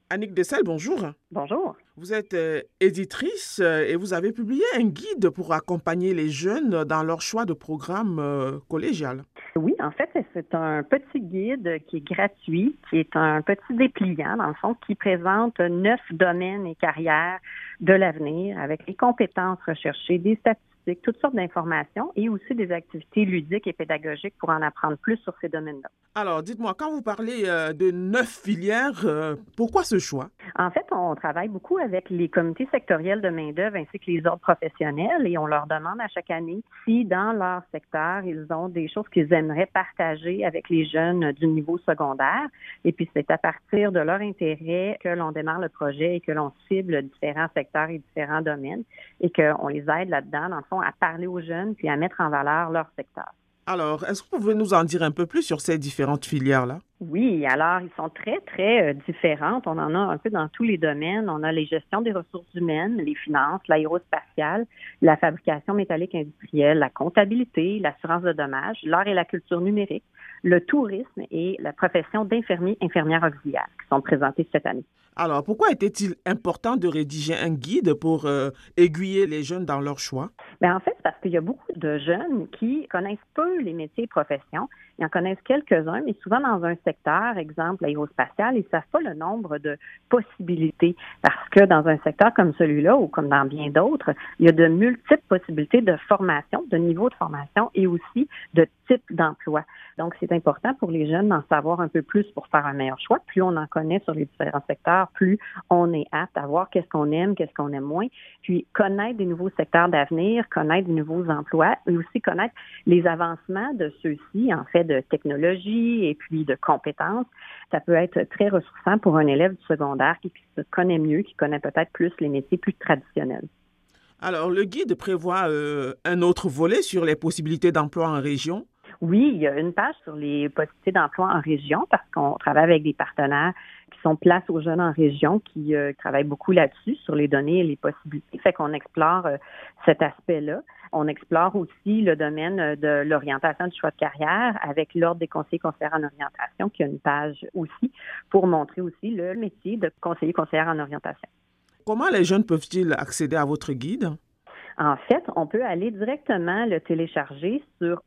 Annick Dessel, bonjour. Bonjour. Vous êtes éditrice et vous avez publié un guide pour accompagner les jeunes dans leur choix de programme collégial. Oui, en fait, c'est un petit guide qui est gratuit, qui est un petit dépliant, dans le fond, qui présente 9 domaines et carrières de l'avenir avec les compétences recherchées, des statistiques, toutes sortes d'informations et aussi des activités ludiques et pédagogiques pour en apprendre plus sur ces domaines-là. Alors, dites-moi, quand vous parlez de 9 filières, pourquoi ce choix? En fait, on travaille beaucoup avec les comités sectoriels de main-d'œuvre ainsi que les ordres professionnels et on leur demande à chaque année si dans leur secteur, ils ont des choses qu'ils aimeraient partager avec les jeunes du niveau secondaire. Et puis, c'est à partir de leur intérêt que l'on démarre le projet et que l'on cible différents secteurs et différents domaines et qu'on les aide là-dedans, dans le fond, à parler aux jeunes puis à mettre en valeur leur secteur. Alors, est-ce que vous pouvez nous en dire un peu plus sur ces différentes filières-là? Oui, alors ils sont très, très différentes. On en a un peu dans tous les domaines. On a les gestions des ressources humaines, les finances, l'aérospatiale, la fabrication métallique industrielle, la comptabilité, l'assurance de dommages, l'art et la culture numérique, le tourisme et la profession d'infirmier, infirmière auxiliaire qui sont présentés cette année. Alors, pourquoi était-il important de rédiger un guide pour aiguiller les jeunes dans leur choix? Bien, en fait, c'est parce qu'il y a beaucoup de jeunes qui connaissent peu les métiers et professions. Ils en connaissent quelques-uns, mais souvent dans un secteur, exemple l'aérospatial, ils ne savent pas le nombre de possibilités. Parce que dans un secteur comme celui-là, ou comme dans bien d'autres, il y a de multiples possibilités de formation, de niveau de formation et aussi de type d'emploi. Donc, c'est important pour les jeunes d'en savoir un peu plus pour faire un meilleur choix. Plus on en connaît sur les différents secteurs, plus on est apte à voir qu'est-ce qu'on aime moins, puis connaître des nouveaux secteurs d'avenir, connaître des nouveaux emplois et aussi connaître les avancements de ceux-ci, en fait, de technologie et puis de compétences. Ça peut être très ressourçant pour un élève du secondaire qui se connaît mieux, qui connaît peut-être plus les métiers plus traditionnels. Alors, le guide prévoit un autre volet sur les possibilités d'emploi en région. Oui, il y a une page sur les possibilités d'emploi en région parce qu'on travaille avec des partenaires qui sont place aux jeunes en région qui travaillent beaucoup là-dessus, sur les données et les possibilités. Fait qu'on explore cet aspect-là. On explore aussi le domaine de l'orientation du choix de carrière avec l'Ordre des conseillers conseillères en orientation, qui a une page aussi pour montrer aussi le métier de conseiller conseillère en orientation. Comment les jeunes peuvent-ils accéder à votre guide? En fait, on peut aller directement le télécharger sur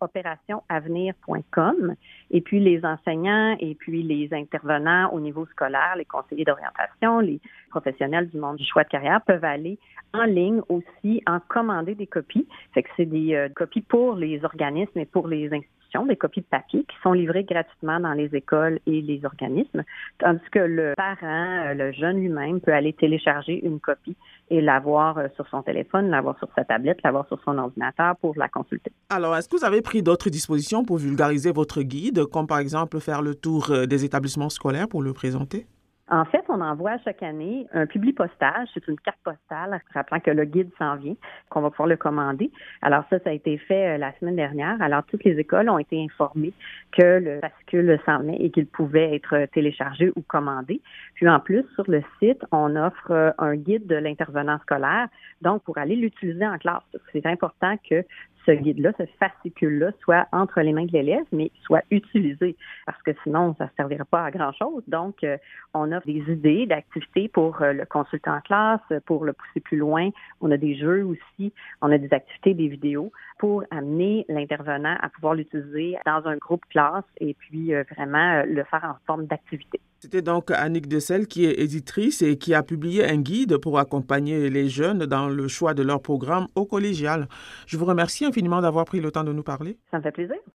opérationavenir.com et puis les enseignants et puis les intervenants au niveau scolaire, les conseillers d'orientation, les professionnels du monde du choix de carrière peuvent aller en ligne aussi en commander des copies. Fait que c'est des copies pour les organismes et pour les institutions, des copies de papier qui sont livrées gratuitement dans les écoles et les organismes, tandis que le parent, le jeune lui-même peut aller télécharger une copie et l'avoir sur son téléphone, l'avoir sur sa tablette, l'avoir sur son ordinateur pour la consulter. Alors, est-ce que vous avez pris d'autres dispositions pour vulgariser votre guide, comme par exemple faire le tour des établissements scolaires pour le présenter? En fait, on envoie chaque année un publipostage, c'est une carte postale, rappelant que le guide s'en vient, qu'on va pouvoir le commander. Alors ça a été fait la semaine dernière. Alors toutes les écoles ont été informées que le fascicule s'en venait et qu'il pouvait être téléchargé ou commandé. Puis en plus, sur le site, on offre un guide de l'intervenant scolaire, donc pour aller l'utiliser en classe. C'est important que ce guide-là, ce fascicule-là, soit entre les mains de l'élève, mais soit utilisé, parce que sinon, ça ne servira pas à grand-chose. Donc, on offre des idées d'activités pour le consulter en classe, pour le pousser plus loin. On a des jeux aussi, on a des activités, des vidéos pour amener l'intervenant à pouvoir l'utiliser dans un groupe classe et puis vraiment le faire en forme d'activité. C'était donc Annick Dessel qui est éditrice et qui a publié un guide pour accompagner les jeunes dans le choix de leur programme au collégial. Je vous remercie infiniment d'avoir pris le temps de nous parler. Ça me fait plaisir.